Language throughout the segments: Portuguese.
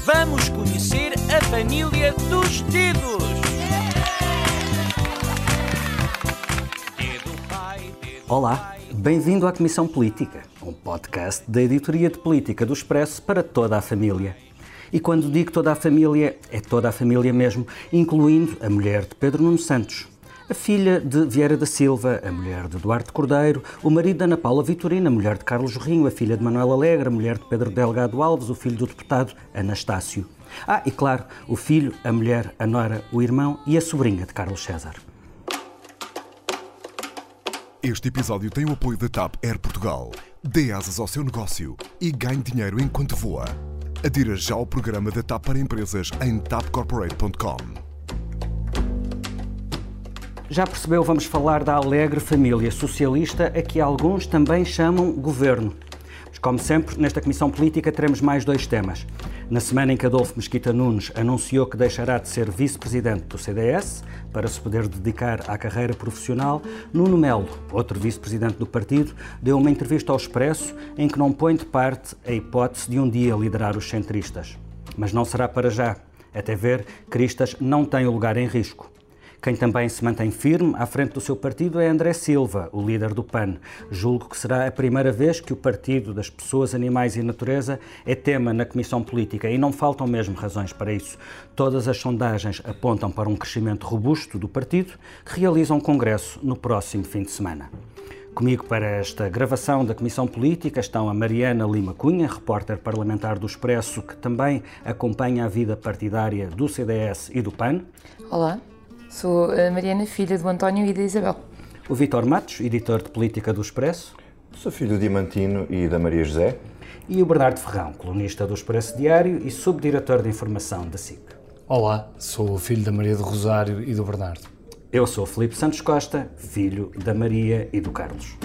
Vamos conhecer a família dos dedos. Olá, bem-vindo à Comissão Política, um podcast da editoria de política do Expresso para toda a família. E quando digo toda a família, é toda a família mesmo, incluindo a mulher de Pedro Nuno Santos, a filha de Vieira da Silva, a mulher de Duarte Cordeiro, o marido de Ana Paula Vitorino, a mulher de Carlos Jorrinho, a filha de Manuel Alegre, a mulher de Pedro Delgado Alves, o filho do deputado Anastácio. E claro, o filho, a mulher, a nora, o irmão e a sobrinha de Carlos César. Este episódio tem o apoio da TAP Air Portugal. Dê asas ao seu negócio e ganhe dinheiro enquanto voa. Adira já ao programa da TAP para empresas em tapcorporate.com. Já percebeu, vamos falar da alegre família socialista, a que alguns também chamam governo. Mas, como sempre, nesta Comissão Política teremos mais dois temas. Na semana em que Adolfo Mesquita Nunes anunciou que deixará de ser vice-presidente do CDS para se poder dedicar à carreira profissional, Nuno Melo, outro vice-presidente do partido, deu uma entrevista ao Expresso em que não põe de parte a hipótese de um dia liderar os centristas. Mas não será para já, até ver que Cristas não tem o lugar em risco. Quem também se mantém firme à frente do seu partido é André Silva, o líder do PAN. Julgo que será a primeira vez que o Partido das Pessoas, Animais e Natureza é tema na Comissão Política e não faltam mesmo razões para isso. Todas as sondagens apontam para um crescimento robusto do partido, que realiza um congresso no próximo fim de semana. Comigo para esta gravação da Comissão Política estão a Mariana Lima Cunha, repórter parlamentar do Expresso, que também acompanha a vida partidária do CDS e do PAN. Olá. Sou a Mariana, filha do António e da Isabel. O Vítor Matos, editor de política do Expresso. Sou filho do Diamantino e da Maria José. E o Bernardo Ferrão, colunista do Expresso Diário e subdiretor de informação da SIC. Olá, sou o filho da Maria do Rosário e do Bernardo. Eu sou o Filipe Santos Costa, filho da Maria e do Carlos.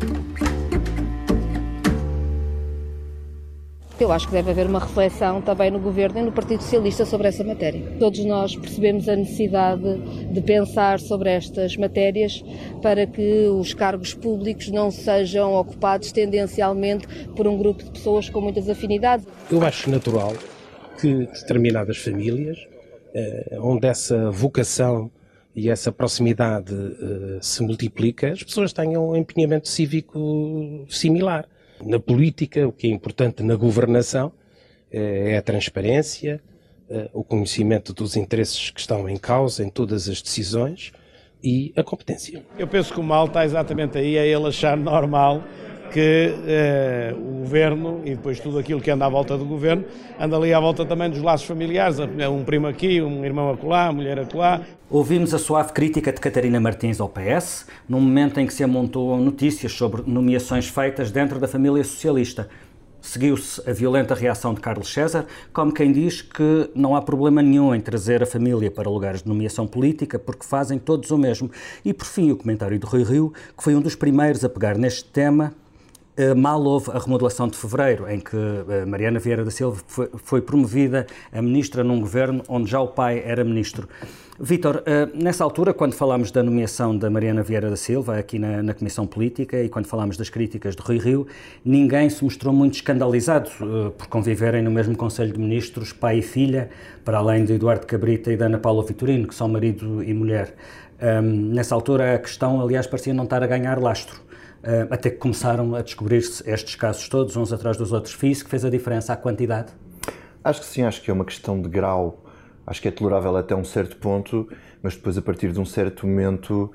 Eu acho que deve haver uma reflexão também no Governo e no Partido Socialista sobre essa matéria. Todos nós percebemos a necessidade de pensar sobre estas matérias para que os cargos públicos não sejam ocupados tendencialmente por um grupo de pessoas com muitas afinidades. Eu acho natural que determinadas famílias, onde essa vocação e essa proximidade se multiplica, as pessoas tenham um empenhamento cívico similar. Na política, o que é importante na governação é a transparência, o conhecimento dos interesses que estão em causa em todas as decisões e a competência. Eu penso que o mal está exatamente aí, é ele achar normal que o Governo e depois tudo aquilo que anda à volta do Governo anda ali à volta também dos laços familiares, um primo aqui, um irmão acolá, uma mulher acolá. Ouvimos a suave crítica de Catarina Martins ao PS, num momento em que se amontou notícias sobre nomeações feitas dentro da família socialista. Seguiu-se a violenta reação de Carlos César, como quem diz que não há problema nenhum em trazer a família para lugares de nomeação política, porque fazem todos o mesmo. E, por fim, o comentário de Rui Rio, que foi um dos primeiros a pegar neste tema. Mal houve a remodelação de fevereiro, em que Mariana Vieira da Silva foi promovida a ministra num governo onde já o pai era ministro. Vítor, nessa altura, quando falámos da nomeação da Mariana Vieira da Silva aqui na Comissão Política e quando falámos das críticas de Rui Rio, ninguém se mostrou muito escandalizado por conviverem no mesmo Conselho de Ministros, pai e filha, para além de Eduardo Cabrita e da Ana Paula Vitorino, que são marido e mulher. Nessa altura, a questão, aliás, parecia não estar a ganhar lastro. Até que começaram a descobrir-se estes casos todos, uns atrás dos outros. Foi isso que fez a diferença, a quantidade? Acho que sim, acho que é uma questão de grau. Acho que é tolerável até um certo ponto, mas depois, a partir de um certo momento,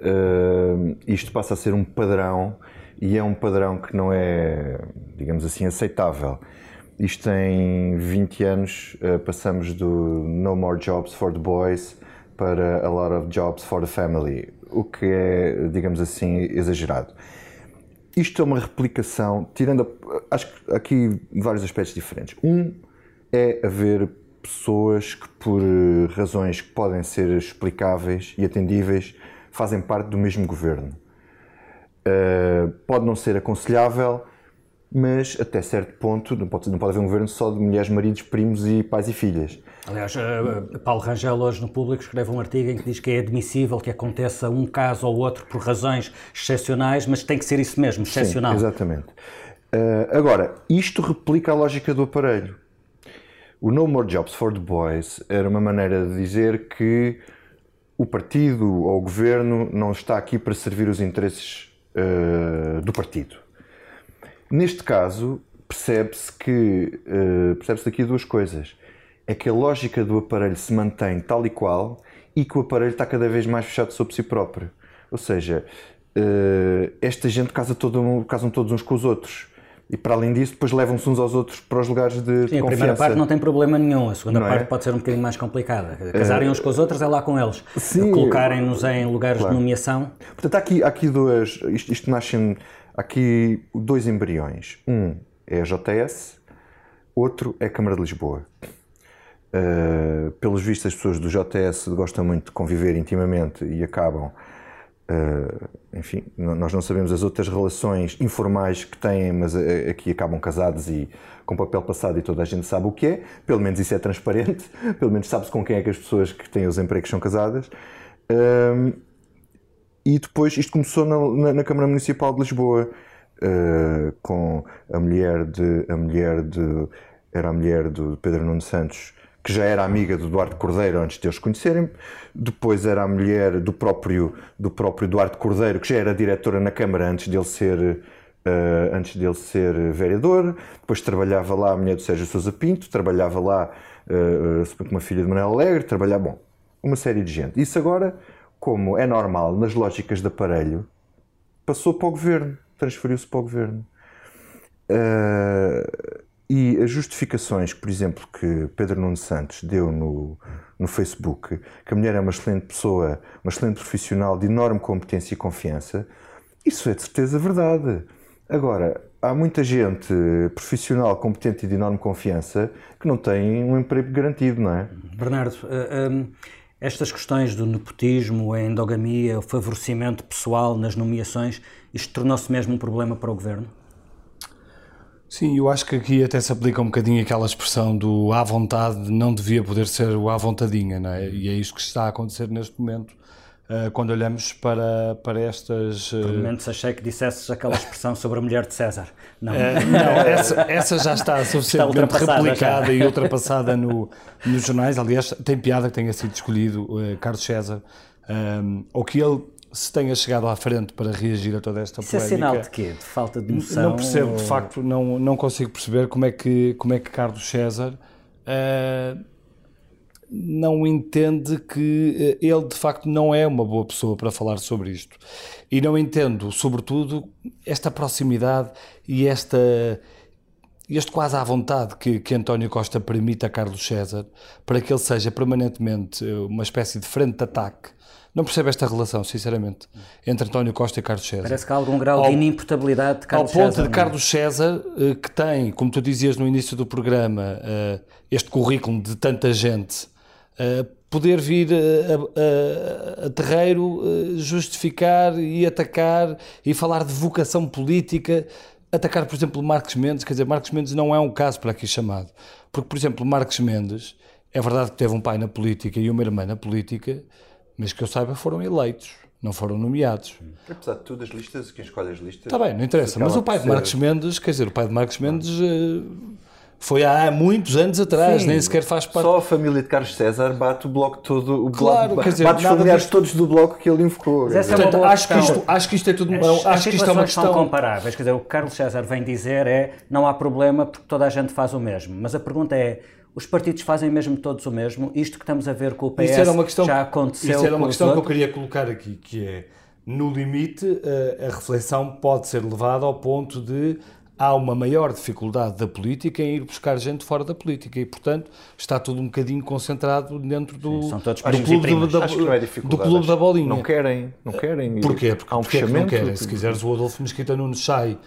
isto passa a ser um padrão, e é um padrão que não é, digamos assim, aceitável. Isto em 20 anos, passamos do No More Jobs for the Boys para A Lot of Jobs for the Family, o que é, digamos assim, exagerado. Isto é uma replicação, acho que aqui vários aspectos diferentes. Um é haver pessoas que, por razões que podem ser explicáveis e atendíveis, fazem parte do mesmo governo. Pode não ser aconselhável, mas até certo ponto não pode haver um governo só de mulheres, maridos, primos e pais e filhas. Aliás, Paulo Rangel hoje no Público escreve um artigo em que diz que é admissível que aconteça um caso ou outro por razões excepcionais, mas tem que ser isso mesmo, excepcional. Sim, exatamente. Agora, isto replica a lógica do aparelho. O No More Jobs for the Boys era uma maneira de dizer que o partido ou o governo não está aqui para servir os interesses do partido. Neste caso, percebe-se daqui duas coisas. É que a lógica do aparelho se mantém tal e qual e que o aparelho está cada vez mais fechado sobre si próprio. Ou seja, esta gente casam todos uns com os outros. E para além disso, depois levam-se uns aos outros para os lugares de confiança. A primeira parte não tem problema nenhum, a segunda parte pode ser um bocadinho mais complicada. Casarem uns com os outros é lá com eles. Colocarem-nos em lugares de nomeação. Portanto, há aqui dois... Isto nasce aqui dois embriões. Um é a JS, outro é a Câmara de Lisboa. Pelos vistos, as pessoas do JS gostam muito de conviver intimamente e acabam... enfim, nós não sabemos as outras relações informais que têm, mas aqui acabam casados e com papel passado e toda a gente sabe o que é. Pelo menos isso é transparente, pelo menos sabe-se com quem é que as pessoas que têm os empregos são casadas. E depois isto começou na Câmara Municipal de Lisboa, com a mulher do Pedro Nuno Santos, que já era amiga do Duarte Cordeiro antes de eles conhecerem. Depois era a mulher do próprio Duarte Cordeiro, que já era diretora na Câmara antes dele ser vereador. Depois trabalhava lá a mulher do Sérgio Sousa Pinto, trabalhava lá uma filha de Manuel Alegre, uma série de gente. Isso agora, como é normal nas lógicas de aparelho, passou para o governo, transferiu-se para o governo. E as justificações, por exemplo, que Pedro Nuno Santos deu no Facebook, que a mulher é uma excelente pessoa, uma excelente profissional de enorme competência e confiança, isso é de certeza verdade. Agora, há muita gente profissional, competente e de enorme confiança que não tem um emprego garantido, não é? Bernardo, estas questões do nepotismo, a endogamia, o favorecimento pessoal nas nomeações, isto tornou-se mesmo um problema para o governo? Sim, eu acho que aqui até se aplica um bocadinho aquela expressão do à vontade não devia poder ser o à vontadinha, não é? E é isto que está a acontecer neste momento, quando olhamos para estas... Por momentos achei que dissesses aquela expressão sobre a mulher de César. Não, essa já está suficientemente replicada e ultrapassada nos jornais. Aliás, tem piada que tenha sido escolhido Carlos César, ou que ele se tenha chegado à frente para reagir a toda esta polémica. Isso é sinal de quê? De falta de noção? Não percebo, de facto, não consigo perceber como é que Carlos César não entende que ele, de facto, não é uma boa pessoa para falar sobre isto. E não entendo, sobretudo, esta proximidade e este quase à vontade que António Costa permite a Carlos César para que ele seja permanentemente uma espécie de frente de ataque. Não percebo esta relação, sinceramente, entre António Costa e Carlos César. Parece que há algum grau de inimputabilidade de Carlos César. Ao ponto de Carlos César, que tem, como tu dizias no início do programa, este currículo de tanta gente, poder vir a terreiro justificar e atacar e falar de vocação política, atacar, por exemplo, Marcos Mendes. Quer dizer, Marcos Mendes não é um caso para aqui chamado. Porque, por exemplo, Marcos Mendes, é verdade que teve um pai na política e uma irmã na política, mas que eu saiba foram eleitos, não foram nomeados. Apesar de tudo, as listas, quem escolhe as listas... Está bem, não interessa, mas o pai de Marcos Mendes, foi há muitos anos atrás, nem sequer faz parte... Só a família de Carlos César bate o bloco todo, quer dizer, bate os familiares todos do bloco que ele invocou. Portanto, acho que isto é tudo... Acho que isto é uma questão... são comparáveis, quer dizer, o que Carlos César vem dizer não há problema porque toda a gente faz o mesmo, mas a pergunta é, os partidos fazem mesmo todos o mesmo? Isto que estamos a ver com o PS já aconteceu. Isso era uma questão que eu queria colocar aqui, que é, no limite, a reflexão pode ser levada ao ponto de há uma maior dificuldade da política em ir buscar gente fora da política e, portanto, está tudo um bocadinho concentrado dentro do clube da bolinha. Não querem. Porquê? Porque há um fechamento. Não querem. Se quiseres, o Adolfo Mesquita Nunes sai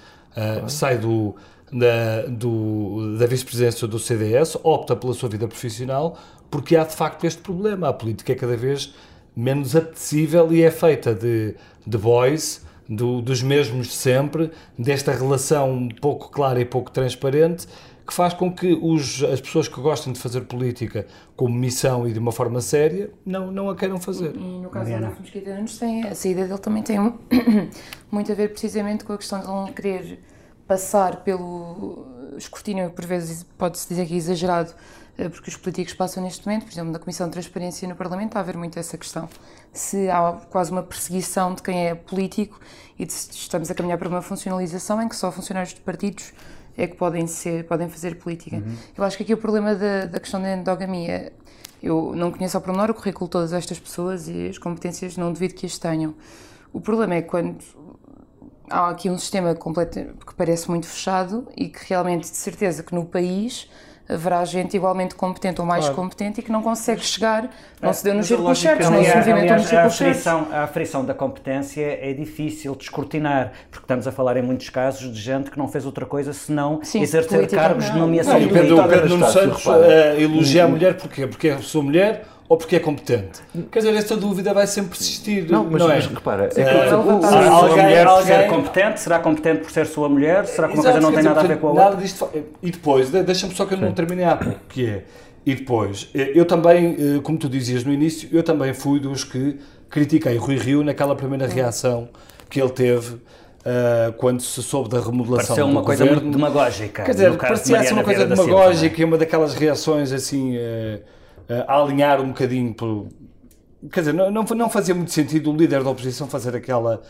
da vice-presidência do CDS, opta pela sua vida profissional, porque há de facto este problema. A política é cada vez menos apetecível e é feita de boys, dos mesmos de sempre, desta relação pouco clara e pouco transparente, que faz com que as pessoas que gostam de fazer política como missão e de uma forma séria, não a queiram fazer. E no caso do Adolfo Mesquita Nunes, a saída dele também tem muito a ver precisamente com a questão de ele não querer passar pelo escrutínio, por vezes pode-se dizer que é exagerado, porque os políticos passam neste momento, por exemplo, na Comissão de Transparência no Parlamento, está a haver muito essa questão. Se há quase uma perseguição de quem é político e estamos a caminhar para uma funcionalização em que só funcionários de partidos é que podem fazer política. Eu acho que aqui o problema da questão da endogamia, eu não conheço ao pormenor o currículo de todas estas pessoas e as competências não duvido que as tenham. O problema é quando há aqui um sistema completo que parece muito fechado e que realmente, de certeza, que no país haverá gente igualmente competente ou mais competente e que não consegue chegar, não se deu nos círculos certos, não se movimentou nos círculos certos. A aferição da competência é difícil de escrutinar, porque estamos a falar em muitos casos de gente que não fez outra coisa senão exercer cargos de nomeação política. O Pedro Nuno Santos elogia a mulher porquê? Porque é sua mulher ou porque é competente? Quer dizer, esta dúvida vai sempre persistir, mas repara, alguém ser competente, será competente por ser sua mulher? Será que uma coisa não tem nada a ver com a outra? E depois, deixa-me só que eu não terminei há pouco, que é, e depois, eu também, como tu dizias no início, eu também fui dos que critiquei Rui Rio naquela primeira reação que ele teve quando se soube da remodelação do governo. Pareceu uma coisa muito demagógica. Quer dizer, parecia uma coisa demagógica e uma daquelas reações assim... a alinhar um bocadinho, quer dizer, não fazia muito sentido o líder da oposição fazer aquela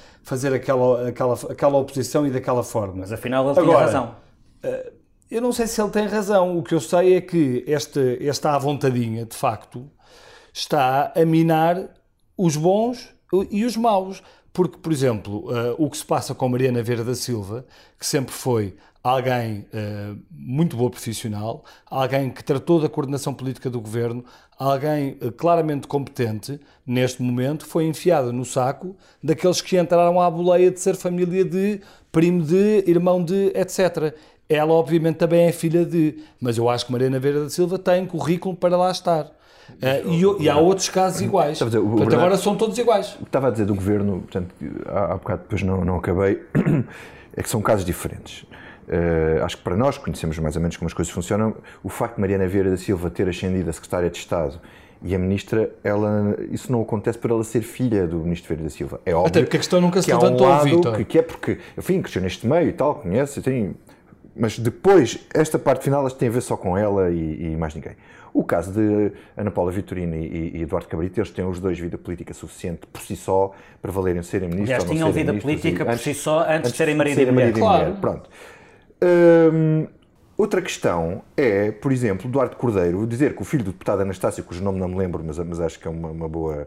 oposição e daquela forma. Mas afinal ele tinha razão. Eu não sei se ele tem razão, o que eu sei é que esta avontadinha, de facto, está a minar os bons e os maus, porque, por exemplo, o que se passa com Mariana Vieira da Silva, que sempre foi alguém muito boa profissional, alguém que tratou da coordenação política do governo, alguém claramente competente, neste momento foi enfiada no saco daqueles que entraram à boleia de ser família de, primo de, irmão de, etc. Ela obviamente também é filha de, mas eu acho que Mariana Vieira da Silva tem currículo para lá estar. E há outros casos iguais. Portanto, agora são todos iguais. O que estava a dizer do governo, portanto, há bocado depois não acabei, é que são casos diferentes. Acho que para nós, conhecemos mais ou menos como as coisas funcionam, o facto de Mariana Vieira da Silva ter ascendido a secretária de Estado e a ministra, isso não acontece por ela ser filha do ministro Vieira da Silva. É óbvio. Até porque a questão nunca se levantou, Vítor. Que é porque, enfim, cresceu neste meio e tal, conhece, tem, mas depois, esta parte final tem a ver só com ela e mais ninguém. O caso de Ana Paula Vitorino e Eduardo Cabrita, eles têm os dois vida política suficiente por si só para valerem serem ministros. Aliás, tinham vida política por si só antes de serem marido e mulher. Claro. Pronto. Outra questão é, por exemplo, Eduardo Cordeiro dizer que o filho do deputado Anastácio, cujo nome não me lembro, mas acho que é uma boa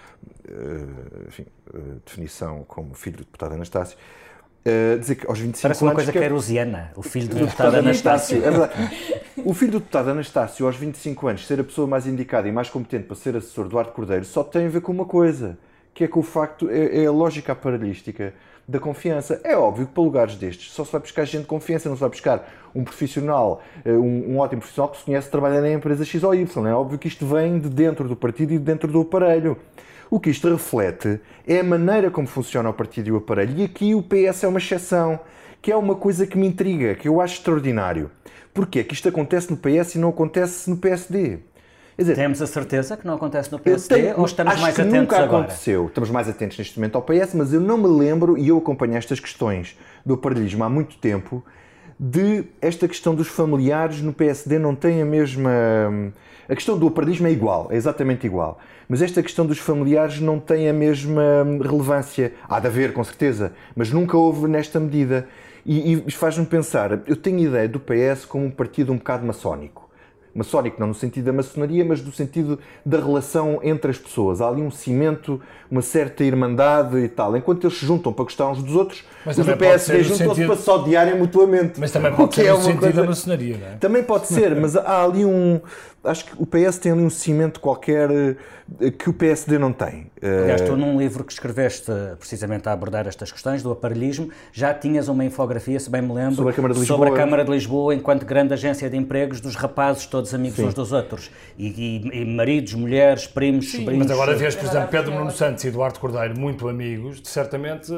definição como filho do deputado Anastácio, dizer que aos 25 anos... Parece uma coisa querosiana, o filho do deputado Anastácio. É verdade. O filho do deputado Anastácio, aos 25 anos, ser a pessoa mais indicada e mais competente para ser assessor de Eduardo Cordeiro, só tem a ver com uma coisa, que é que o facto, é a lógica aparelhística da confiança. É óbvio que para lugares destes só se vai buscar gente de confiança, não se vai buscar um profissional, um ótimo profissional que se conhece trabalhar na empresa X ou Y. É óbvio que isto vem de dentro do partido e de dentro do aparelho. O que isto reflete é a maneira como funciona o partido e o aparelho. E aqui o PS é uma exceção, que é uma coisa que me intriga, que eu acho extraordinário. Porquê? Que isto acontece no PS e não acontece no PSD. Quer dizer, temos a certeza que não acontece no PSD ou estamos mais atentos nunca agora? Aconteceu. Estamos mais atentos neste momento ao PS, mas eu não me lembro, e eu acompanho estas questões do aparelhismo há muito tempo, de esta questão dos familiares no PSD não tem a mesma... A questão do aparelhismo é igual, é exatamente igual. Mas esta questão dos familiares não tem a mesma relevância. Há de haver, com certeza, mas nunca houve nesta medida. E faz-me pensar, eu tenho ideia do PS como um partido um bocado maçónico. Maçónico não no sentido da maçonaria, mas no sentido da relação entre as pessoas. Há ali um cimento, uma certa irmandade e tal. Enquanto eles se juntam para gostar uns dos outros, os do PSD juntam-se para se odiarem mutuamente. Mas também pode ser no sentido da maçonaria, não é? Também pode ser, mas há ali um... Acho que o PS tem ali um cimento qualquer que o PSD não tem. Aliás, tu num livro que escreveste precisamente a abordar estas questões do aparelhismo, já tinhas uma infografia, se bem me lembro, sobre a Câmara de Lisboa enquanto grande agência de empregos dos rapazes todos amigos uns dos outros. E maridos, mulheres, primos, sobrinhos... Mas agora vês, por exemplo, Pedro Nuno Santos e Eduardo Cordeiro muito amigos, certamente...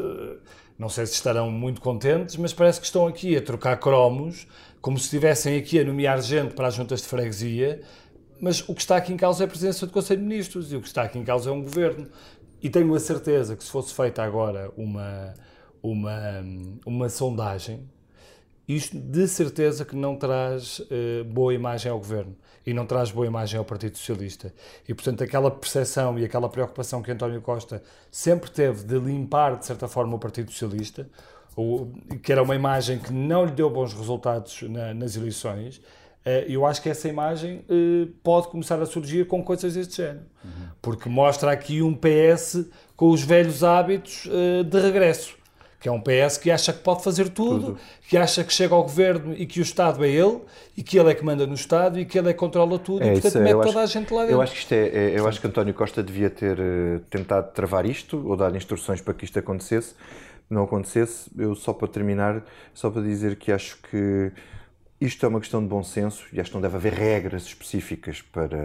Não sei se estarão muito contentes, mas parece que estão aqui a trocar cromos, como se estivessem aqui a nomear gente para as juntas de freguesia, mas o que está aqui em causa é a presença do Conselho de Ministros e o que está aqui em causa é um governo. E tenho a certeza que se fosse feita agora uma sondagem, isto de certeza que não traz boa imagem ao Governo e não traz boa imagem ao Partido Socialista. E, portanto, aquela percepção e aquela preocupação que António Costa sempre teve de limpar, de certa forma, o Partido Socialista, que era uma imagem que não lhe deu bons resultados nas eleições, eu acho que essa imagem pode começar a surgir com coisas deste género. Porque mostra aqui um PS com os velhos hábitos de regresso. Que é um PS que acha que pode fazer tudo, que acha que chega ao Governo e que o Estado é ele, e que ele é que manda no Estado e que ele é que controla tudo, e portanto mete toda a gente lá dentro. Eu acho que eu acho que António Costa devia ter tentado travar isto, ou dar instruções para que isto acontecesse. Não acontecesse. Eu, só para terminar, só para dizer que acho que isto é uma questão de bom senso e acho que não deve haver regras específicas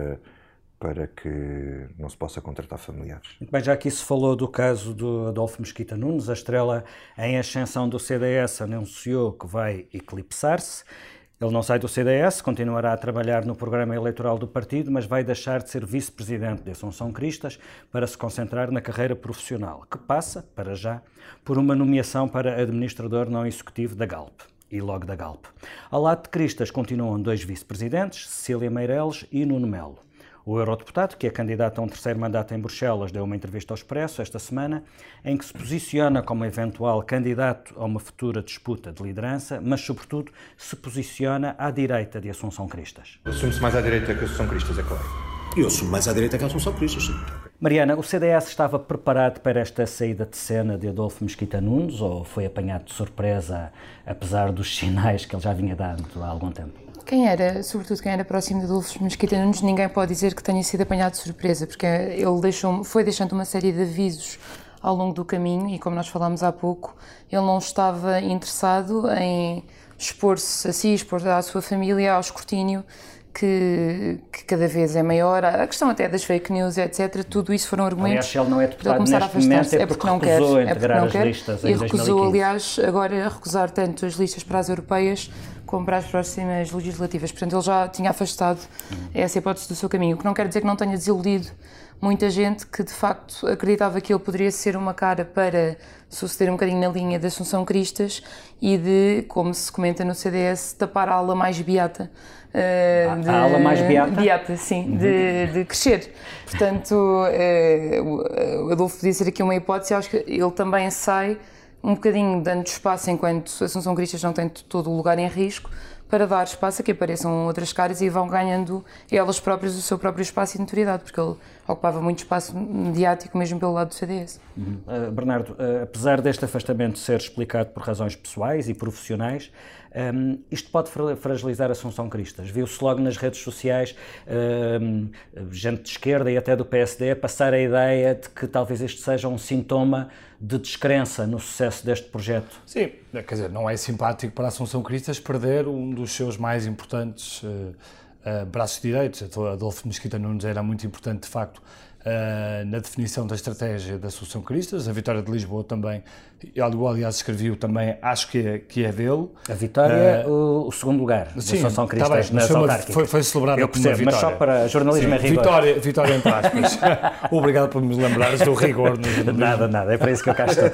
para que não se possa contratar familiares. Muito bem, já aqui se falou do caso do Adolfo Mesquita Nunes, a estrela em ascensão do CDS anunciou que vai eclipsar-se. Ele não sai do CDS, continuará a trabalhar no programa eleitoral do partido, mas vai deixar de ser vice-presidente de Assunção Cristas para se concentrar na carreira profissional, que passa, para já, por uma nomeação para administrador não executivo da Galp. E logo da Galp. Ao lado de Cristas continuam 2 vice-presidentes, Cecília Meireles e Nuno Melo. O eurodeputado, que é candidato a um 3º mandato em Bruxelas, deu uma entrevista ao Expresso esta semana, em que se posiciona como eventual candidato a uma futura disputa de liderança, mas, sobretudo, se posiciona à direita de Assunção Cristas. Assume-se mais à direita que Assunção Cristas, é claro. Eu assumo mais à direita que Assunção Cristas, sim. Mariana, o CDS estava preparado para esta saída de cena de Adolfo Mesquita Nunes ou foi apanhado de surpresa, apesar dos sinais que ele já vinha dando há algum tempo? Sobretudo quem era próximo de Adolfo Mesquita Nunes, ninguém pode dizer que tenha sido apanhado de surpresa, porque ele foi deixando uma série de avisos ao longo do caminho e, como nós falámos há pouco, ele não estava interessado em expor-se a si, expor à sua família ao escrutínio que cada vez é maior. A questão até das fake news, etc., tudo isso foram argumentos. Aliás, ele não é deputado neste momento, é porque não quer. Integrar as listas em 2015. E recusou, aliás, agora a recusar tanto as listas para as europeias como para as próximas legislativas. Portanto, ele já tinha afastado essa hipótese do seu caminho, o que não quer dizer que não tenha desiludido muita gente que, de facto, acreditava que ele poderia ser uma cara para suceder um bocadinho na linha de Assunção Cristas e de, como se comenta no CDS, tapar a ala mais beata. A ala mais beata? Beata, sim, de crescer. Portanto, o Adolfo podia ser aqui uma hipótese, acho que ele também sai um bocadinho dando espaço, enquanto Assunção Cristas não tem todo o lugar em risco, para dar espaço a que apareçam outras caras e vão ganhando elas próprias o seu próprio espaço e notoriedade, porque ele ocupava muito espaço mediático mesmo pelo lado do CDS. Bernardo, apesar deste afastamento ser explicado por razões pessoais e profissionais, isto pode fragilizar Assunção Cristas. Viu-se logo nas redes sociais gente de esquerda e até do PSD passar a ideia de que talvez este seja um sintoma de descrença no sucesso deste projeto. Sim, quer dizer, não é simpático para a Assunção Cristas perder um dos seus mais importantes braços direitos. Adolfo Mesquita Nunes era muito importante, de facto, na definição da estratégia da Assunção Cristas. A Vitória de Lisboa também, eu aliás escrevi também, acho que é dele. A Vitória, o segundo lugar da Assunção Cristas nas autárquicas. Foi celebrado como uma vitória. Mas só para jornalismo é rigor. Vitória entre aspas. Obrigado por me lembrares do rigor no jornalismo. Nada, é para isso que eu cá estou.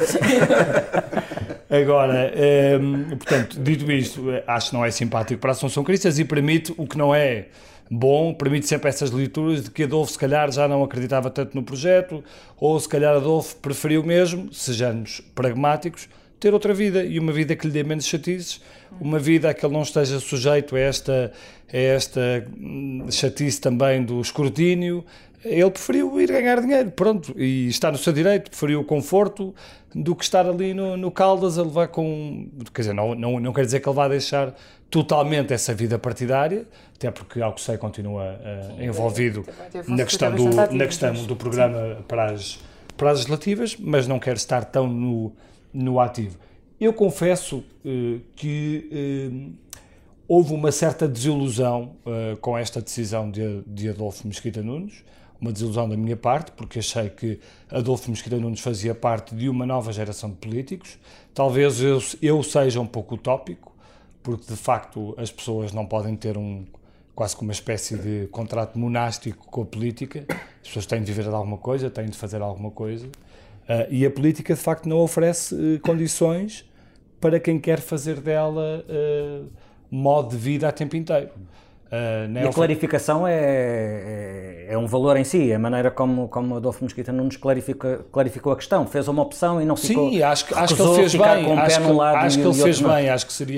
Agora, portanto, dito isto, acho que não é simpático para a Assunção Cristas e permite o que não é bom, permite sempre essas leituras de que Adolfo se calhar já não acreditava tanto no projeto, ou se calhar Adolfo preferiu mesmo, sejamos pragmáticos, ter outra vida e uma vida que lhe dê menos chatices, uma vida a que ele não esteja sujeito a esta chatice também do escrutínio. Ele preferiu ir ganhar dinheiro, pronto, e está no seu direito, preferiu o conforto do que estar ali no Caldas a levar com... Quer dizer, não quer dizer que ele vá deixar totalmente essa vida partidária, até porque, ao que sei, continua envolvido na questão do programa para as legislativas, mas não quer estar tão no ativo. Eu confesso que houve uma certa desilusão com esta decisão de Adolfo Mesquita Nunes, uma desilusão da minha parte, porque achei que Adolfo Mesquita Nunes fazia parte de uma nova geração de políticos. Talvez eu seja um pouco utópico, porque de facto as pessoas não podem ter quase como uma espécie de contrato monástico com a política. As pessoas têm de viver de alguma coisa, têm de fazer alguma coisa, e a política de facto não oferece condições para quem quer fazer dela modo de vida a tempo inteiro. E a clarificação é um valor em si, a maneira como Adolfo Mesquita Nunes clarificou a questão, fez uma opção e não ficou... Sim, acho que ele fez bem, acho que ele fez bem, acho que seria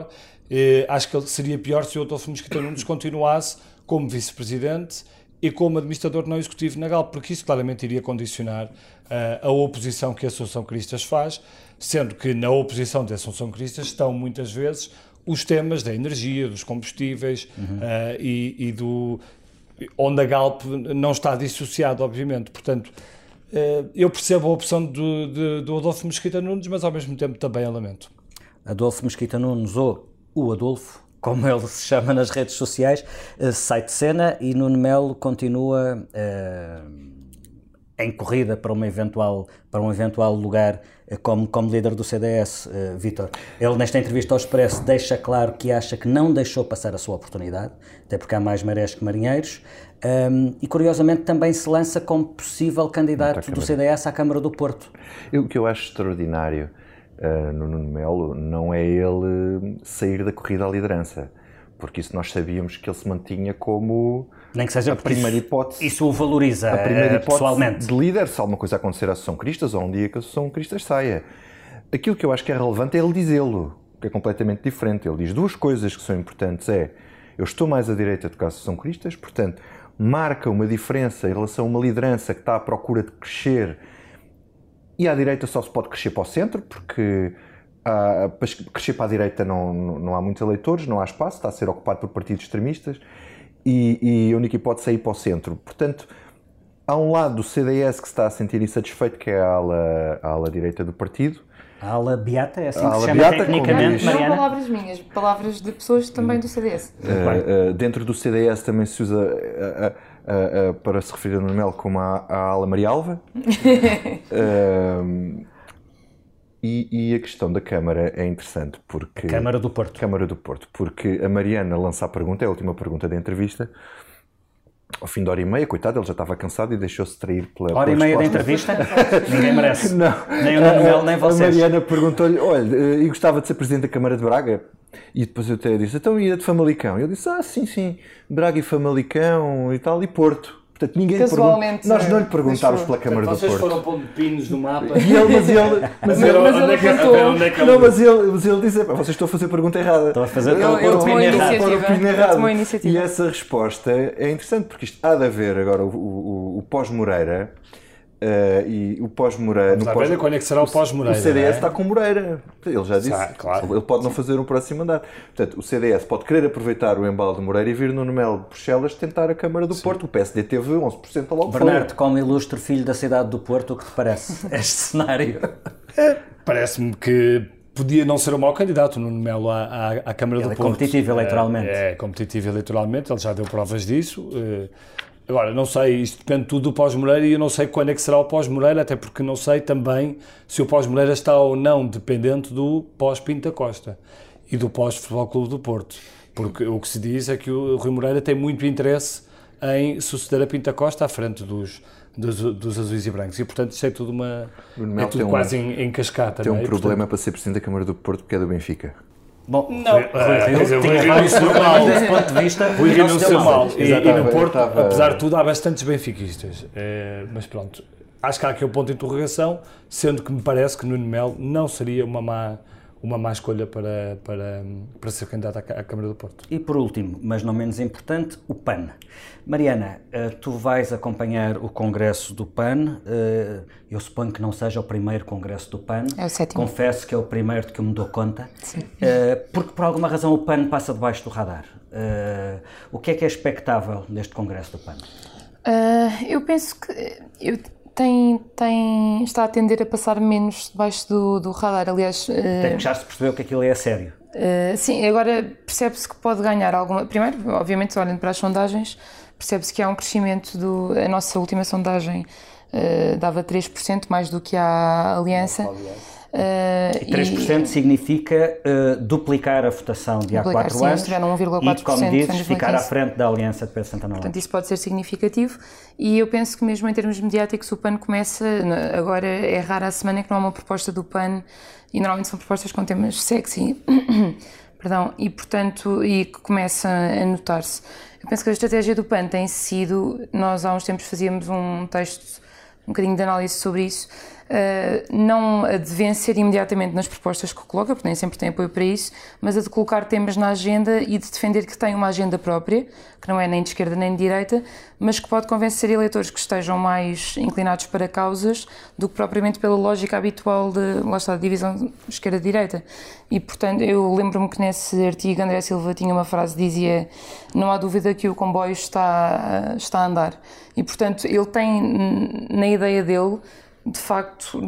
pior se o Adolfo Mesquita Nunes continuasse como vice-presidente e como administrador não executivo na Galp, porque isso claramente iria condicionar a oposição que a Assunção Cristas faz, sendo que na oposição de Assunção Cristas estão muitas vezes os temas da energia, dos combustíveis onde a Galp não está dissociado, obviamente. Portanto, eu percebo a opção do Adolfo Mesquita Nunes, mas ao mesmo tempo também a lamento. Adolfo Mesquita Nunes, ou o Adolfo, como ele se chama nas redes sociais, sai de cena e Nuno Melo continua em corrida para um eventual lugar como líder do CDS, Vítor. Ele, nesta entrevista ao Expresso, deixa claro que acha que não deixou passar a sua oportunidade, até porque há mais marés que marinheiros, e curiosamente também se lança como possível candidato do CDS à Câmara do Porto. O que eu acho extraordinário no Nuno Melo não é ele sair da corrida à liderança, porque isso nós sabíamos que ele se mantinha como... Nem que seja a primeira hipótese. Isso o valoriza a primeira hipótese pessoalmente. De líder, se alguma coisa acontecer à Associação Cristas, ou um dia que a Associação Cristas saia. Aquilo que eu acho que é relevante é ele dizê-lo, que é completamente diferente. Ele diz duas coisas que são importantes. Eu estou mais à direita do que a Associação Cristas, portanto, marca uma diferença em relação a uma liderança que está à procura de crescer, e à direita só se pode crescer para o centro, porque para crescer para a direita não há muitos eleitores, não há espaço, está a ser ocupado por partidos extremistas, e a única hipótese é ir para o centro. Portanto, há um lado do CDS que se está a sentir insatisfeito, que é a ala direita do partido. A ala beata, é assim que se chama tecnicamente, Mariana? Não palavras minhas, palavras de pessoas também do CDS. Dentro do CDS também se usa para se referir a Nuno Melo como a ala Marialva. E a questão da Câmara é interessante porque... Câmara do Porto, porque a Mariana lança a pergunta, é a última pergunta da entrevista, ao fim de hora e meia, coitado, ele já estava cansado e deixou-se trair pela hora e meia da entrevista? Ninguém merece. Não. Nem o Nuno Melo, nem vocês. A Mariana perguntou-lhe, olha, eu gostava de ser Presidente da Câmara de Braga? E depois eu até disse, então ia de Famalicão? Eu disse, sim, Braga e Famalicão e tal, e Porto. Portanto, ninguém pergunta. Nós não lhe perguntávamos pela Câmara do Porto. Vocês foram pondo pinos no mapa. Mas ele disse, vocês estão a fazer a pergunta errada. Estão a fazer o pino errado. E essa resposta é interessante, porque isto há de haver agora o pós-Moreira. E o pós-Moreira... Quando é que será o pós-Moreira? O CDS está com Moreira. Ele já disse. Claro. Ele pode não fazer um próximo mandato. Portanto, o CDS pode querer aproveitar o embalo de Moreira e vir Nuno Melo de Bruxelas tentar a Câmara do Porto. O PSD teve 11% logo. Bernardo, como ilustre filho da cidade do Porto, o que te parece este cenário? Parece-me que podia não ser um mau candidato, Nuno Melo, à Câmara do Porto. Ele é competitivo eleitoralmente. É competitivo eleitoralmente, ele já deu provas disso. Agora, não sei, isto depende tudo do pós-Moreira e eu não sei quando é que será o pós-Moreira, até porque não sei também se o pós-Moreira está ou não dependente do pós-Pinto da Costa e do pós-Futebol Clube do Porto. Porque o que se diz é que o Rui Moreira tem muito interesse em suceder a Pinto da Costa à frente dos azuis e brancos. E, portanto, isso é tudo quase em cascata. Tem um problema para ser Presidente da Câmara do Porto, porque é do Benfica. Bom, não, tinha vários problemas desse ponto de vista. O Rio não se deu mal. E no Porto, apesar de tudo, há bastantes benfiquistas. Mas pronto, acho que há aqui um ponto de interrogação, sendo que me parece que Nuno Melo não seria uma má escolha para ser candidato à Câmara do Porto. E por último, mas não menos importante, o PAN. Mariana, tu vais acompanhar o congresso do PAN. Eu suponho que não seja o primeiro congresso do PAN. É o 7º. Confesso que é o primeiro de que eu me dou conta. Sim. Porque por alguma razão o PAN passa debaixo do radar. O que é expectável neste congresso do PAN? Eu penso que... está a tender a passar menos debaixo do radar, aliás... Até que já se percebeu que aquilo é a sério. Sim, agora percebe-se que pode ganhar alguma... Primeiro, obviamente, olhando para as sondagens, percebe-se que há um crescimento a nossa última sondagem dava 3%, mais do que a Aliança. E 3% significa duplicar a votação de há 4 anos e, como dizes, ficar à frente da Aliança de Pedro Santana Lopes. Portanto, isso pode ser significativo e eu penso que mesmo em termos mediáticos o PAN começa, agora é rara a semana que não há uma proposta do PAN e normalmente são propostas com temas sexy, perdão, e portanto, e que começa a notar-se. Eu penso que a estratégia do PAN tem sido, nós há uns tempos fazíamos um texto, um bocadinho de análise sobre isso, não a de vencer imediatamente nas propostas que coloca, porque nem sempre tem apoio para isso, mas a de colocar temas na agenda e de defender que tem uma agenda própria, que não é nem de esquerda nem de direita, mas que pode convencer eleitores que estejam mais inclinados para causas do que propriamente pela lógica habitual de, lá está, de divisão esquerda-direita. E, portanto, eu lembro-me que nesse artigo André Silva tinha uma frase que dizia: não há dúvida que o comboio está a andar. E, portanto, ele tem na ideia dele, de facto,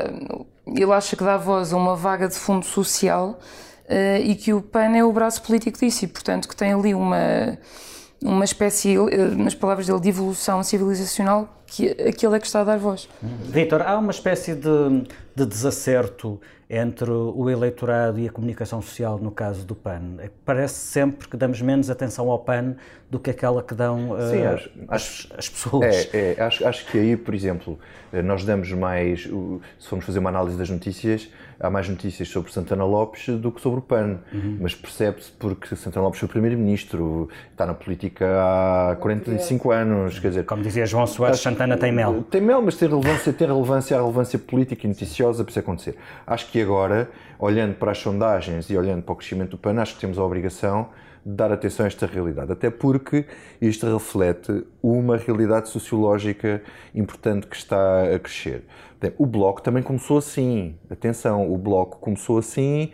ele acha que dá voz a uma vaga de fundo social e que o PAN é o braço político disso e, portanto, que tem ali uma espécie, nas palavras dele, de evolução civilizacional, que aquilo é que está a dar voz. Vítor, há uma espécie de desacerto entre o eleitorado e a comunicação social no caso do PAN. Parece sempre que damos menos atenção ao PAN do que aquela que dão as pessoas. Acho que aí, por exemplo, nós damos mais, se formos fazer uma análise das notícias, há mais notícias sobre Santana Lopes do que sobre o PAN, mas percebe-se porque Santana Lopes foi primeiro-ministro, está na política há 45 anos, quer dizer... Como dizia João Soares, Santana tem mel. Tem mel, mas tem relevância política e noticiosa para isso acontecer. Acho que agora, olhando para as sondagens e olhando para o crescimento do PAN, acho que temos a obrigação de dar atenção a esta realidade, até porque isto reflete uma realidade sociológica importante que está a crescer. O Bloco também começou assim, atenção, o Bloco começou assim,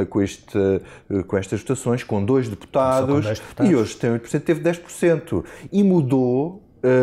com estas votações, com 2 deputados, e hoje tem 8%, teve 10%, e mudou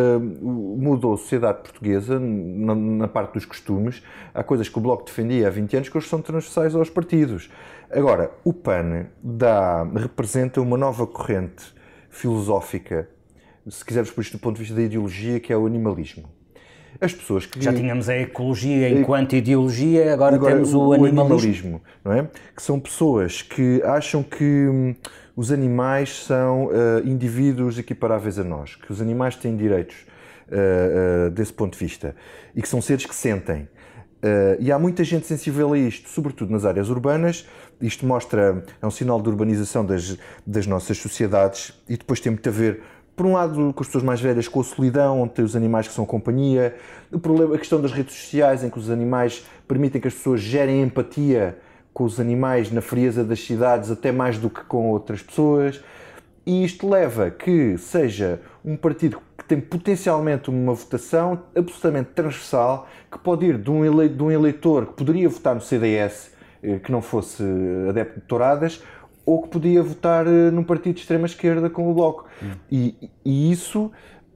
a sociedade portuguesa na parte dos costumes. Há coisas que o Bloco defendia há 20 anos que hoje são transversais aos partidos. Agora, o PAN representa uma nova corrente filosófica, se quisermos por isto do ponto de vista da ideologia, que é o animalismo. As pessoas que... Já tínhamos a ecologia enquanto ideologia, agora temos o animalismo. Não é? Que são pessoas que acham que os animais são indivíduos equiparáveis a nós, que os animais têm direitos desse ponto de vista e que são seres que sentem. E há muita gente sensível a isto, sobretudo nas áreas urbanas. Isto é um sinal de urbanização das nossas sociedades e depois tem muito a ver, por um lado, com as pessoas mais velhas, com a solidão, onde tem os animais que são companhia, a questão das redes sociais, em que os animais permitem que as pessoas gerem empatia com os animais na frieza das cidades, até mais do que com outras pessoas. E isto leva que seja um partido que tem potencialmente uma votação absolutamente transversal, que pode ir de um eleitor que poderia votar no CDS, que não fosse adepto de touradas, ou que podia votar num partido de extrema-esquerda como o Bloco. E isso,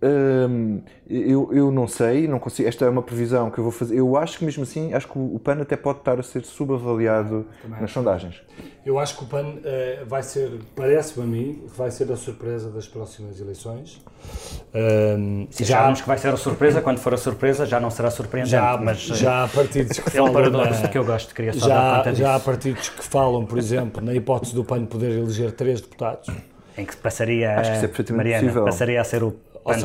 eu não sei, não consigo, esta é uma previsão que eu vou fazer. Eu acho que mesmo assim, acho que o PAN até pode estar a ser subavaliado nas sondagens. Eu acho que o PAN vai ser, parece-me a mim, vai ser a surpresa das próximas eleições. Se acharmos que vai ser a surpresa, quando for a surpresa já não será surpreendente. Já há partidos que falam... que eu gosto, queria só dar conta disso. Já há partidos que falam, por exemplo, na hipótese do PAN poder eleger 3 deputados. Em que passaria, acho que isso é perfeitamente Mariana, possível. Passaria a ser o PAN.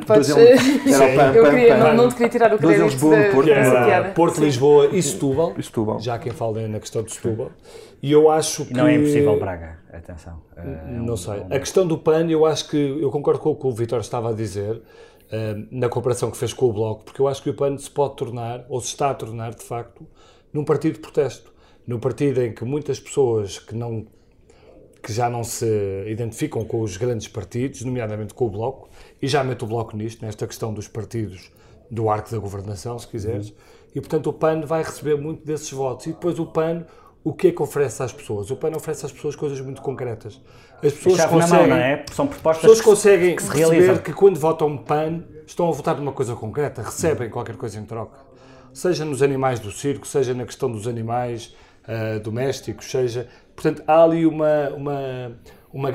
Não te queria tirar o crédito dessa piada. Porto, Lisboa e Setúbal. Já há quem fale na questão de Setúbal. E eu acho que... Não é impossível Braga, atenção. Não sei. A questão do PAN, eu acho que... Eu concordo com o que o Vítor estava a dizer, na comparação que fez com o Bloco, porque eu acho que o PAN se pode tornar, ou se está a tornar, de facto, num partido de protesto. Num partido em que muitas pessoas que já não se identificam com os grandes partidos, nomeadamente com o Bloco, e já meto o Bloco nisto, nesta questão dos partidos do arco da governação, se quiseres, e portanto o PAN vai receber muito desses votos. E depois o PAN, o que é que oferece às pessoas? O PAN oferece às pessoas coisas muito concretas. As pessoas conseguem, não é? São propostas conseguem que se perceber realizam. que quando votam PAN estão a votar numa coisa concreta, recebem qualquer coisa em troca. Seja nos animais do circo, seja na questão dos animais domésticos, seja... Portanto, há ali uma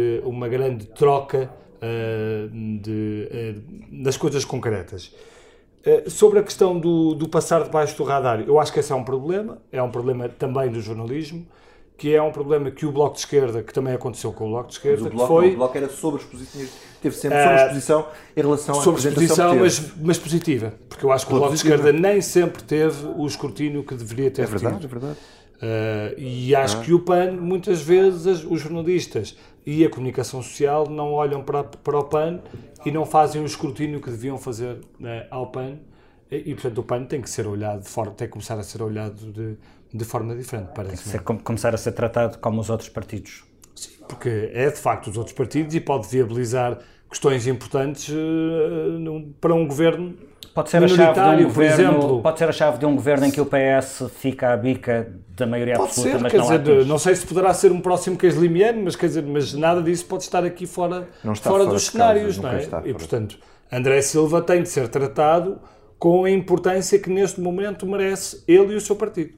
grande troca das coisas concretas. Sobre a questão do passar debaixo do radar, eu acho que esse é um problema também do jornalismo, que é um problema que o Bloco de Esquerda, que também aconteceu com o Bloco de Esquerda, o Bloco era sobre exposição, teve sempre sobre exposição em relação à apresentação, mas positiva, porque eu acho que o Bloco de Esquerda nem sempre teve o escrutínio que deveria ter tido. É verdade. E acho que o PAN, muitas vezes, os jornalistas e a comunicação social não olham para o PAN e não fazem o escrutínio que deviam fazer ao PAN, e portanto o PAN tem que ser olhado tem que começar a ser olhado de forma diferente, parece-me. Tem que começar a ser tratado como os outros partidos. Sim, porque é de facto os outros partidos e pode viabilizar questões importantes para um governo. Pode ser a chave de um governo em que o PS fica à bica da maioria absoluta, mas não há. Não sei se poderá ser um próximo Caslimiano, mas nada disso pode estar aqui fora dos cenários, não é? E portanto, André Silva tem de ser tratado com a importância que neste momento merece ele e o seu partido.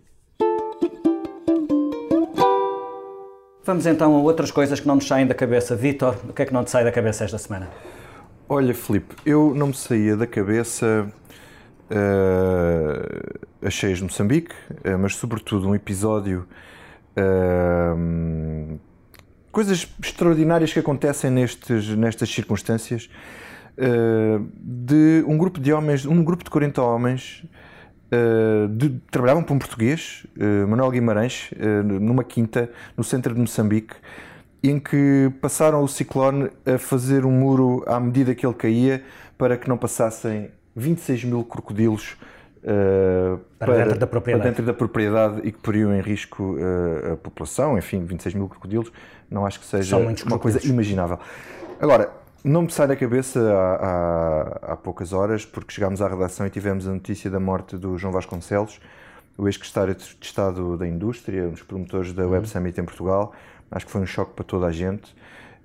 Vamos então a outras coisas que não nos saem da cabeça. Vítor, o que é que não te sai da cabeça esta semana? Olha, Filipe, eu não me saía da cabeça as cheias de Moçambique, mas sobretudo um episódio, coisas extraordinárias que acontecem nestas circunstâncias, de um grupo de homens, um grupo de 40 homens, trabalhavam para um português, Manuel Guimarães, numa quinta no centro de Moçambique, em que passaram o ciclone a fazer um muro à medida que ele caía para que não passassem 26 mil crocodilos para dentro da propriedade e que poriam em risco a população. Enfim, 26 mil crocodilos não acho que seja uma coisa imaginável. Agora, não me sai da cabeça há poucas horas, porque chegámos à redação e tivemos a notícia da morte do João Vasconcelos, o ex-secretário de Estado da Indústria, um dos promotores da Web Summit em Portugal. Acho que foi um choque para toda a gente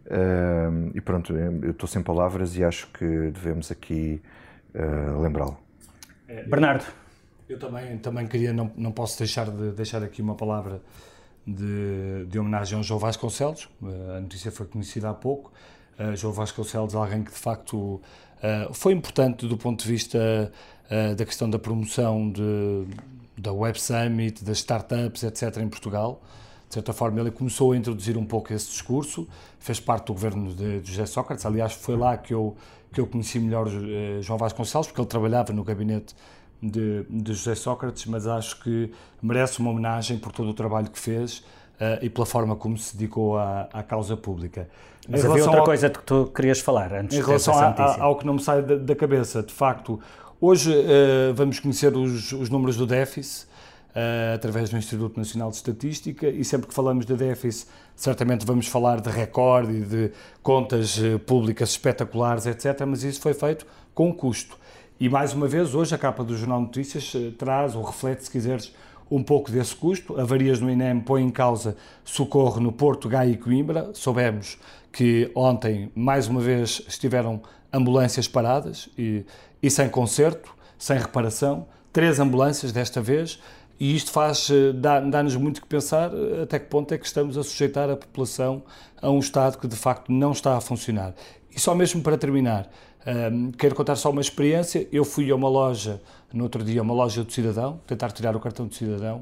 e pronto, eu estou sem palavras e acho que devemos aqui lembrá-lo. Bernardo. Eu também queria, não posso deixar de deixar aqui uma palavra de homenagem ao João Vasconcelos. A notícia foi conhecida há pouco. João Vasconcelos é alguém que de facto foi importante do ponto de vista da questão da promoção da Web Summit, das startups, etc. em Portugal. De certa forma, ele começou a introduzir um pouco esse discurso, fez parte do governo de José Sócrates. Aliás, foi lá que eu conheci melhor João Vasconcelos, porque ele trabalhava no gabinete de José Sócrates, mas acho que merece uma homenagem por todo o trabalho que fez e pela forma como se dedicou à causa pública. Mas havia outra coisa que tu querias falar antes. Em relação ao que não me sai da cabeça, de facto, hoje vamos conhecer os números do déficit, através do Instituto Nacional de Estatística, e sempre que falamos de déficit, certamente vamos falar de recorde e de contas públicas espetaculares, etc., mas isso foi feito com custo. E, mais uma vez, hoje a capa do Jornal de Notícias traz, ou reflete, se quiseres, um pouco desse custo. Avarias no INEM põe em causa socorro no Porto, Gaia e Coimbra. Soubemos que ontem, mais uma vez, estiveram ambulâncias paradas e sem conserto, sem reparação. 3 ambulâncias desta vez. E isto dá-nos muito que pensar até que ponto é que estamos a sujeitar a população a um Estado que de facto não está a funcionar. E só mesmo para terminar, quero contar só uma experiência. Eu fui a uma loja, no outro dia, uma loja do cidadão, tentar tirar o cartão de cidadão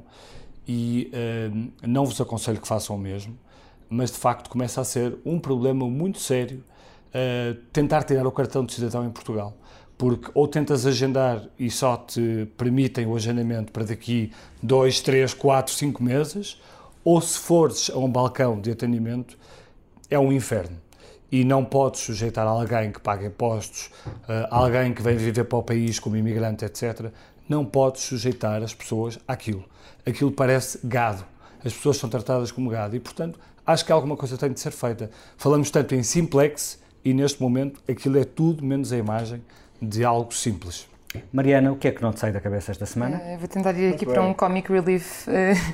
e não vos aconselho que façam o mesmo, mas de facto começa a ser um problema muito sério tentar tirar o cartão de cidadão em Portugal. Porque ou tentas agendar e só te permitem o agendamento para daqui 2, 3, 4, 5 meses, ou se fores a um balcão de atendimento, é um inferno. E não podes sujeitar alguém que paga impostos, alguém que vem viver para o país como imigrante, etc. Não podes sujeitar as pessoas àquilo. Aquilo parece gado. As pessoas são tratadas como gado e, portanto, acho que alguma coisa tem de ser feita. Falamos tanto em simplex e, neste momento, aquilo é tudo menos a imagem de algo simples. Mariana, o que é que não te sai da cabeça esta semana? Vou tentar ir aqui para um comic relief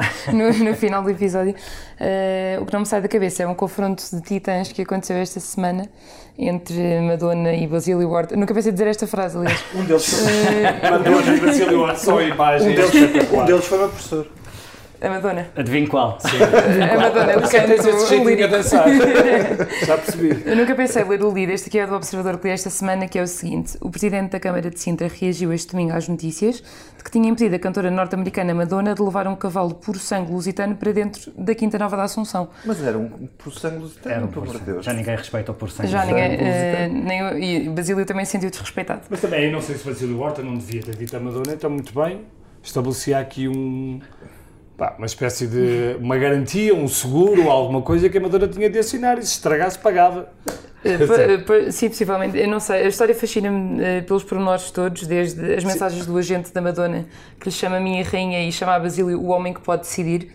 no final do episódio. O que não me sai da cabeça é um confronto de titãs que aconteceu esta semana entre Madonna e Basílio Ward. Nunca pensei dizer esta frase, aliás. Madonna e Basílio Ward, só a imagem. Um deles foi meu professor. A Madonna. Adivinho qual? Sim. A Madonna, eu tens esse jeitinho a dançar. Já percebi. Eu nunca pensei ler o líder. Este aqui é do Observador que li esta semana, que é o seguinte. O presidente da Câmara de Sintra reagiu este domingo às notícias de que tinha impedido a cantora norte-americana Madonna de levar um cavalo puro sangue lusitano para dentro da Quinta Nova da Assunção. Mas era um puro sangue lusitano, pelo amor de Deus. Já ninguém respeita o puro sangue. Já ninguém. E Basílio também se sentiu desrespeitado. Mas também, eu não sei se Basílio Horta não devia ter dito a Madonna, então muito bem, estabelecia aqui uma espécie de uma garantia, um seguro, alguma coisa que a Madonna tinha de assinar e se estragasse pagava. Sim, possivelmente. Eu não sei. A história fascina-me pelos pormenores todos, desde as mensagens do agente da Madonna, que lhe chama Minha Rainha e chama a Basílio o homem que pode decidir.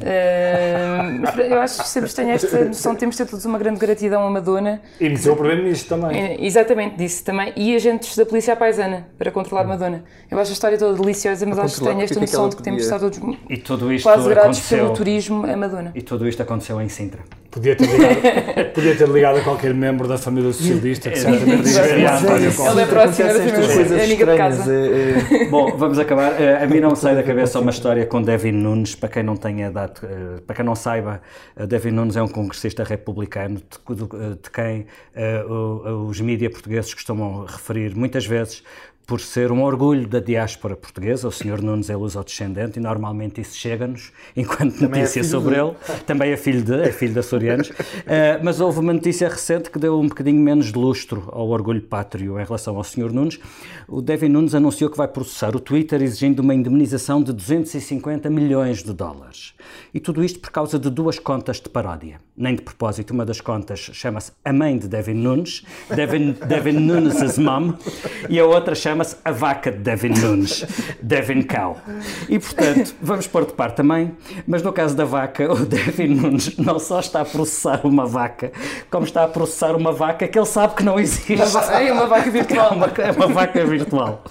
Eu acho que sempre tenho esta noção, temos de ter todos uma grande gratidão a Madonna. E meteu o primeiro-ministro também. Exatamente, disse também. E agentes da polícia à paisana para controlar Madonna. Eu acho a história toda deliciosa, mas acho que tenho esta noção de que temos de estar todos quase grados pelo turismo a Madonna. E tudo isto aconteceu em Sintra. Podia ter ligado a qualquer membro da família socialista que certamente Ele é próximo da família, é amiga de casa. Bom, vamos acabar. A mim não me sai da cabeça uma história com Devin Nunes, para quem não tenha dado, para quem não saiba, Devin Nunes é um congressista republicano de quem os mídias portugueses costumam referir muitas vezes por ser um orgulho da diáspora portuguesa. O Sr. Nunes é luso-descendente e normalmente isso chega-nos enquanto notícia sobre ele. Também é filho de açorianos. Mas houve uma notícia recente que deu um bocadinho menos de lustro ao orgulho pátrio em relação ao Sr. Nunes. O Devin Nunes anunciou que vai processar o Twitter exigindo uma indemnização de 250 milhões de dólares. E tudo isto por causa de duas contas de paródia. Nem de propósito, uma das contas chama-se A Mãe de Devin Nunes, Devin Nunes' Mom, e a outra chama-se A Vaca de Devin Nunes, Devin Cow. E, portanto, vamos pôr de parte a mãe, mas no caso da vaca, o Devin Nunes não só está a processar uma vaca, como está a processar uma vaca que ele sabe que não existe. É uma vaca virtual. É uma vaca virtual.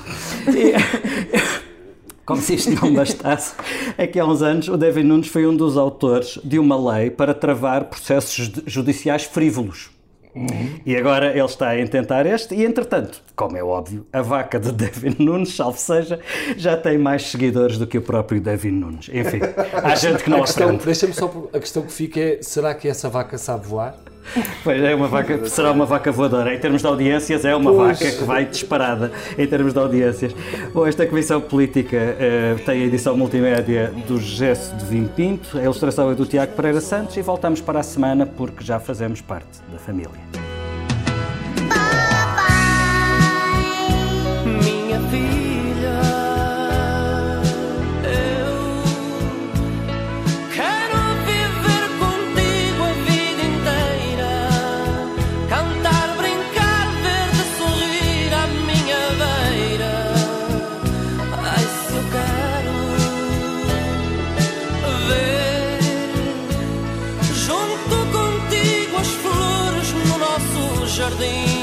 Como se isto não bastasse, é que há uns anos o Devin Nunes foi um dos autores de uma lei para travar processos judiciais frívolos. E agora ele está a intentar e entretanto, como é óbvio, a vaca de Devin Nunes, salvo seja, já tem mais seguidores do que o próprio Devin Nunes. Enfim, há gente que não aprende. Deixa-me só, a questão que fica é, será que essa vaca sabe voar? Pois é, será uma vaca voadora. Em termos de audiências, é uma vaca que vai disparada em termos de audiências. Bom, esta Comissão Política tem a edição multimédia do Gesso de Vim Pinto, a ilustração é do Tiago Pereira Santos e voltamos para a semana porque já fazemos parte da família. Minha filha, eu quero viver contigo a vida inteira, cantar, brincar, ver-te sorrir à minha beira. Ai, se eu quero ver junto contigo as flores no nosso jardim.